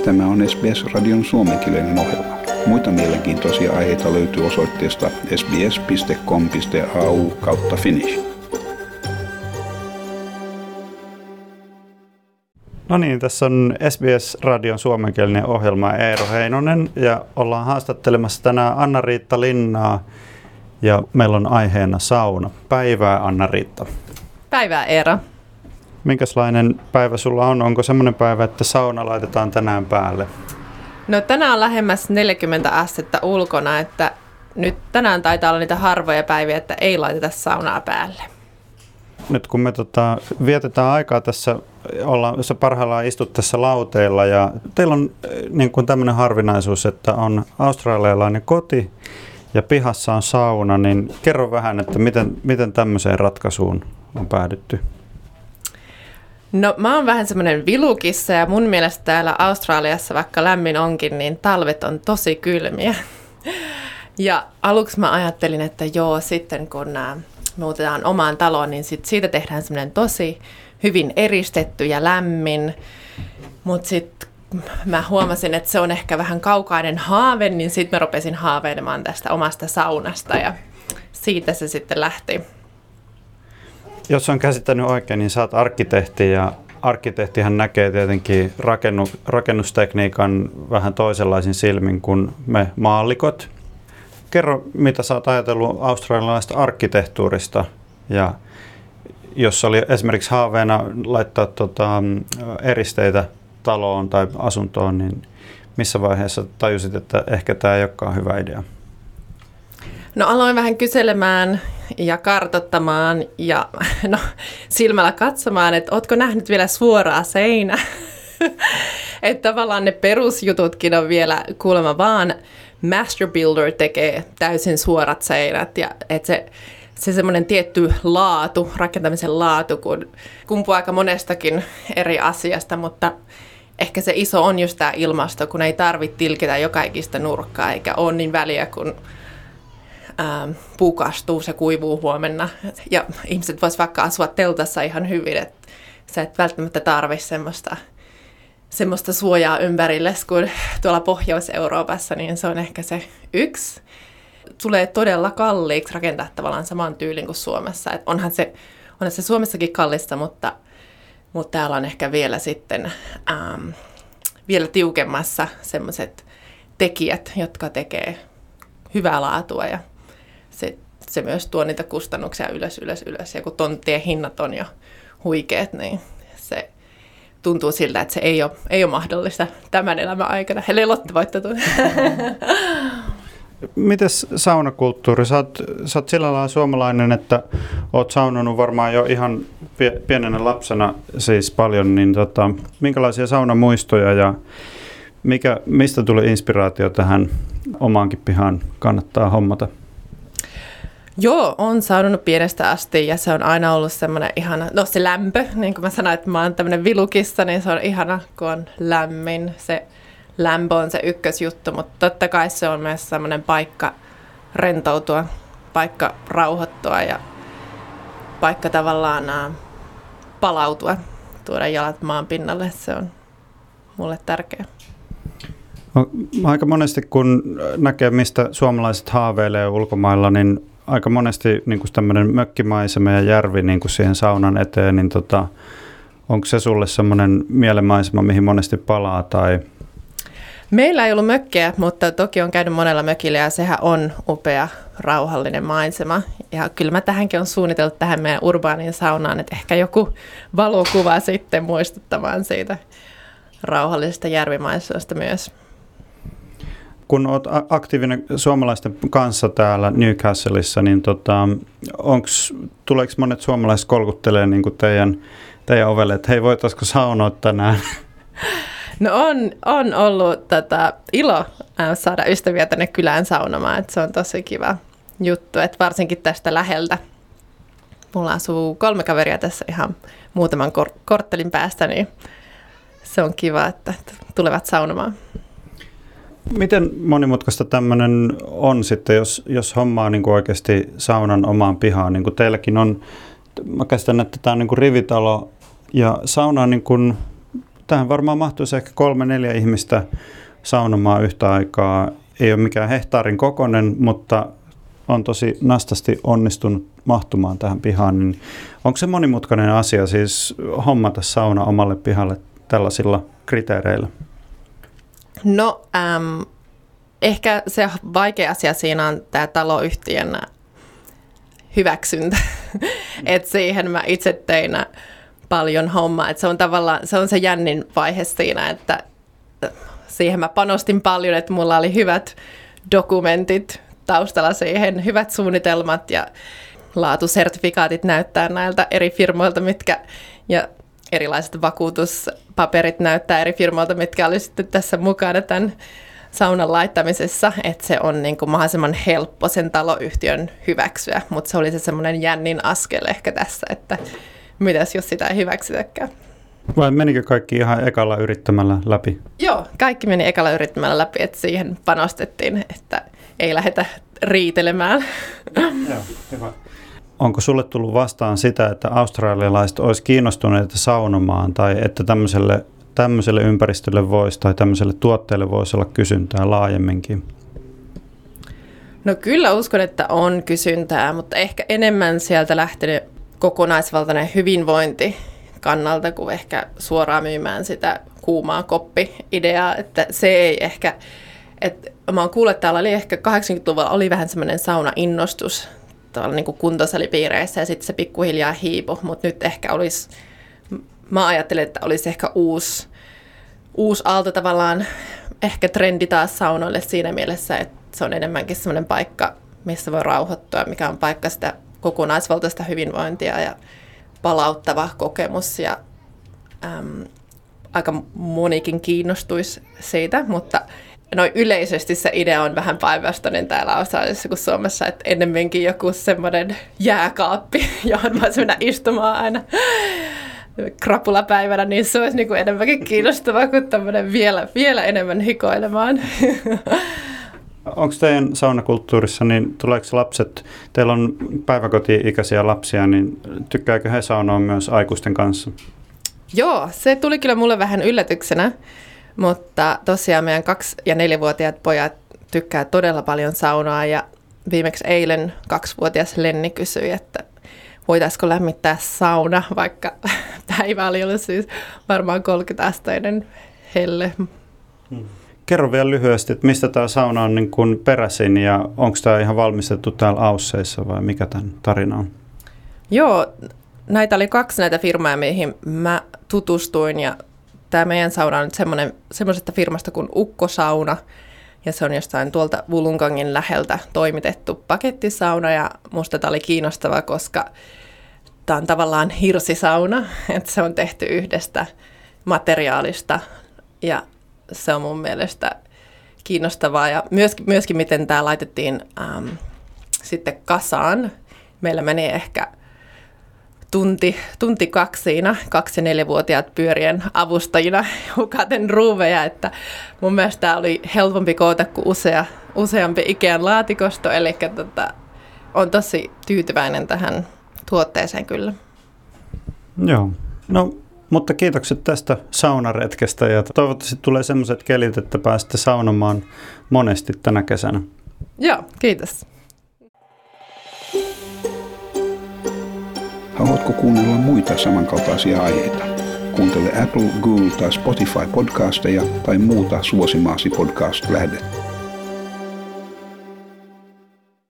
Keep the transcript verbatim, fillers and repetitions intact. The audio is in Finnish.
Tämä on S B S-radion suomenkielinen ohjelma. Muita mielenkiintoisia aiheita löytyy osoitteesta sbs piste com piste a u kautta finnish. No niin, tässä on S B S-radion suomenkielinen ohjelma Eero Heinonen ja ollaan haastattelemassa tänään Anna-Riitta Linnaa ja meillä on aiheena sauna. Päivää Anna-Riitta. Päivää Eero. Minkälainen päivä sulla on? Onko semmoinen päivä, että sauna laitetaan tänään päälle? No tänään on lähemmäs neljäkymmentä astetta ulkona, että nyt tänään taitaa olla niitä harvoja päiviä, että ei laiteta saunaa päälle. Nyt kun me tota, vietetään aikaa tässä, ollaan, sä parhaillaan istut tässä lauteilla ja teillä on niin kuin tämmöinen harvinaisuus, että on australialainen koti ja pihassa on sauna, niin kerro vähän, että miten, miten tämmöiseen ratkaisuun on päädytty? No mä oon vähän semmoinen vilukissa ja mun mielestä täällä Australiassa, vaikka lämmin onkin, niin talvet on tosi kylmiä. Ja aluksi mä ajattelin, että joo, sitten kun nämä muutetaan omaan taloon, niin sit siitä tehdään semmoinen tosi hyvin eristetty ja lämmin. Mutta sitten mä huomasin, että se on ehkä vähän kaukainen haave, niin sitten mä rupesin haaveilemaan tästä omasta saunasta ja siitä se sitten lähti. Jos on käsittänyt oikein, niin sä oot arkkitehti ja arkkitehtihän näkee tietenkin rakennu, rakennustekniikan vähän toisenlaisin silmin kuin me maallikot. Kerro, mitä sä oot ajatellut australialaisesta arkkitehtuurista ja jos oli esimerkiksi haaveena laittaa tota, eristeitä taloon tai asuntoon, niin missä vaiheessa tajusit, että ehkä tämä ei olekaan hyvä idea? No aloin vähän kyselemään ja kartoittamaan ja no, silmällä katsomaan, että ootko nähnyt vielä suoraa seinää. Että tavallaan ne perusjututkin on vielä kuulemma vaan Master Builder tekee täysin suorat seinät ja että se, se semmoinen tietty laatu, rakentamisen laatu, kun kumpuaa aika monestakin eri asiasta, mutta ehkä se iso on just tämä ilmasto, kun ei tarvitse tilkitä joka ikistä nurkkaa eikä ole niin väliä, kun Ähm, puu kastuu, se kuivuu huomenna. Ja ihmiset vois vaikka asua teltassa ihan hyvin, että sä et välttämättä tarvitse semmoista, semmoista suojaa ympärille, kun tuolla Pohjois-Euroopassa, niin se on ehkä se yksi. Tulee todella kalliiksi rakentaa tavallaan saman tyylin kuin Suomessa. Et onhan, se, onhan se Suomessakin kallista, mutta, mutta täällä on ehkä vielä sitten ähm, vielä tiukemmassa semmoiset tekijät, jotka tekee hyvää laatua ja se, se myös tuo niitä kustannuksia ylös, ylös, ylös. Ja kun tonttien hinnat on jo huikeat, niin se tuntuu siltä, että se ei ole, ei ole mahdollista tämän elämän aikana. Eli Lotte voitte tulla. Mites saunakulttuuri? Sä oot, sä oot sillä lailla suomalainen, että oot saunonut varmaan jo ihan pie, pienenä lapsena siis paljon. Niin tota, minkälaisia saunamuistoja ja mikä, mistä tuli inspiraatio tähän omaankin pihaan kannattaa hommata? Joo, on saunonut pienestä asti ja se on aina ollut semmoinen ihana, no se lämpö, niin kuin mä sanoin, että mä oon tämmöinen vilukissa, niin se on ihana, kun on lämmin. Se lämpö on se ykkösjuttu, mutta totta kai se on myös semmoinen paikka rentoutua, paikka rauhoittua ja paikka tavallaan palautua, tuoda jalat maan pinnalle, se on mulle tärkeä. Aika monesti kun näkee, mistä suomalaiset haaveilee ulkomailla, niin aika monesti niin kuin tämmöinen mökkimaisema ja järvi niin kuin siihen saunan eteen, niin tota, onko se sulle semmoinen mielenmaisema, mihin monesti palaa? Tai? Meillä ei ollut mökkiä, mutta toki on käynyt monella mökillä ja sehän on upea, rauhallinen maisema. Ja kyllä mä tähänkin on suunnitellut tähän meidän urbaaniin saunaan, että ehkä joku valokuva sitten muistuttamaan siitä rauhallisesta järvimaisemasta myös. Kun olet aktiivinen suomalaisten kanssa täällä Newcastleissa, niin tota, onks, tuleeko monet suomalaiset kolkuttelemaan niin kuin teidän, teidän ovelle, että hei, voitaisiko saunoa tänään? No on, on ollut tätä ilo saada ystäviä tänne kylään saunomaan, että se on tosi kiva juttu, että varsinkin tästä läheltä. Mulla asuu kolme kaveria tässä ihan muutaman kor- korttelin päästä, niin se on kiva, että tulevat saunomaan. Miten monimutkaista tämmöinen on sitten, jos, jos hommaa niin kuin oikeasti saunan omaan pihaan? Niin kuin teilläkin on, mä käsitän, että tämä on niin kuin rivitalo ja sauna on niin kuin tähän varmaan mahtuisi ehkä kolme, neljä ihmistä saunomaan yhtä aikaa. Ei ole mikään hehtaarin kokoinen, mutta on tosi nastasti onnistunut mahtumaan tähän pihaan. Niin onko se monimutkainen asia siis hommata sauna omalle pihalle tällaisilla kriteereillä? No, äm, ehkä se vaikea asia siinä on tämä taloyhtiön hyväksyntä. Et siihen mä itse tein paljon hommaa. Et se on tavallaan se, on se jännin vaihe siinä, että siihen mä panostin paljon, että mulla oli hyvät dokumentit taustalla siihen, hyvät suunnitelmat ja laatusertifikaatit näyttää näiltä eri firmoilta, mitkä ja erilaiset vakuutuspaperit näyttää eri firmoilta, mitkä oli sitten tässä mukana tämän saunan laittamisessa, että se on niin kuin mahdollisimman helppo sen taloyhtiön hyväksyä, mutta se oli se semmoinen jännin askel ehkä tässä, että mitäs jos sitä ei hyväksytäkään. Vai menikö kaikki ihan ekalla yrittämällä läpi? Joo, kaikki meni ekalla yrittämällä läpi, että siihen panostettiin, että ei lähdetä riitelemään. Joo, hyvä. Onko sulle tullut vastaan sitä, että australialaiset olisi kiinnostuneita saunomaan tai että tämmöiselle, tämmöiselle ympäristölle voisi tai tämmöiselle tuotteelle voisi olla kysyntää laajemminkin? No kyllä uskon, että on kysyntää, mutta ehkä enemmän sieltä lähtenyt kokonaisvaltainen hyvinvointi kannalta kuin ehkä suoraan myymään sitä kuumaa koppi-ideaa, että se ei ehkä, että mä oon kuullut, että täällä oli ehkä kahdeksankymmentäluvulla oli vähän semmoinen sauna-innostus tuolla niin kuin kuntosalipiireissä ja sitten se pikkuhiljaa hiipui, mutta nyt ehkä olisi, mä ajattelen, että olisi ehkä uusi, uusi aalto tavallaan, ehkä trendi taas saunoille siinä mielessä, että se on enemmänkin semmoinen paikka, missä voi rauhoittua, mikä on paikka sitä kokonaisvaltaista hyvinvointia ja palauttava kokemus ja äm, aika monikin kiinnostuisi siitä, mutta noin yleisesti se idea on vähän päinvastainen täällä Australiassa kuin Suomessa, että ennemminkin joku semmoinen jääkaappi, johon voisi mennä istumaan aina krapulapäivänä, niin se olisi niin kuin enemmänkin kiinnostavaa kuin tämmöinen vielä, vielä enemmän hikoilemaan. Onko teidän saunakulttuurissa, niin tuleeko lapset, teillä on päiväkoti-ikäisiä lapsia, niin tykkääkö he saunoa myös aikuisten kanssa? Joo, se tuli kyllä mulle vähän yllätyksenä, mutta tosiaan meidän kaksi- ja neljävuotiaat pojat tykkää todella paljon saunoa ja viimeksi eilen kaksivuotias Lenni kysyi, että voitaisiko lämmittää sauna, vaikka päivä oli ollut siis varmaan kolmekymmentä-asteinen helle. Hmm. Kerro vielä lyhyesti, että mistä tämä sauna on niin kuin peräisin ja onko tämä ihan valmistettu täällä Ausseissa vai mikä tämän tarina on? Joo, näitä oli kaksi näitä firmaa, mihin mä tutustuin ja tämä meidän sauna on nyt semmoisesta firmasta kuin Ukkosauna ja se on jostain tuolta Wollongongin läheltä toimitettu pakettisauna ja musta tämä oli kiinnostava, koska tämä on tavallaan hirsisauna, että se on tehty yhdestä materiaalista ja se on mun mielestä kiinnostavaa ja myöskin, myöskin miten tämä laitettiin äm, sitten kasaan. Meillä meni ehkä tunti, tunti kaksi siinä, kaksi- ja neljävuotiaat pyörien avustajina hukaten ruuveja, että mun mielestä tämä oli helpompi koota kuin usea, useampi Ikean laatikosto, eli tota, on tosi tyytyväinen tähän tuotteeseen kyllä. Joo, no mutta kiitokset tästä saunaretkestä ja toivottavasti tulee sellaiset kelit, että pääsette saunomaan monesti tänä kesänä. Joo, kiitos. Haluatko kuunnella muita samankaltaisia aiheita? Kuuntele Apple, Google tai Spotify podcasteja tai muuta suosimaasi podcast-lähdettä.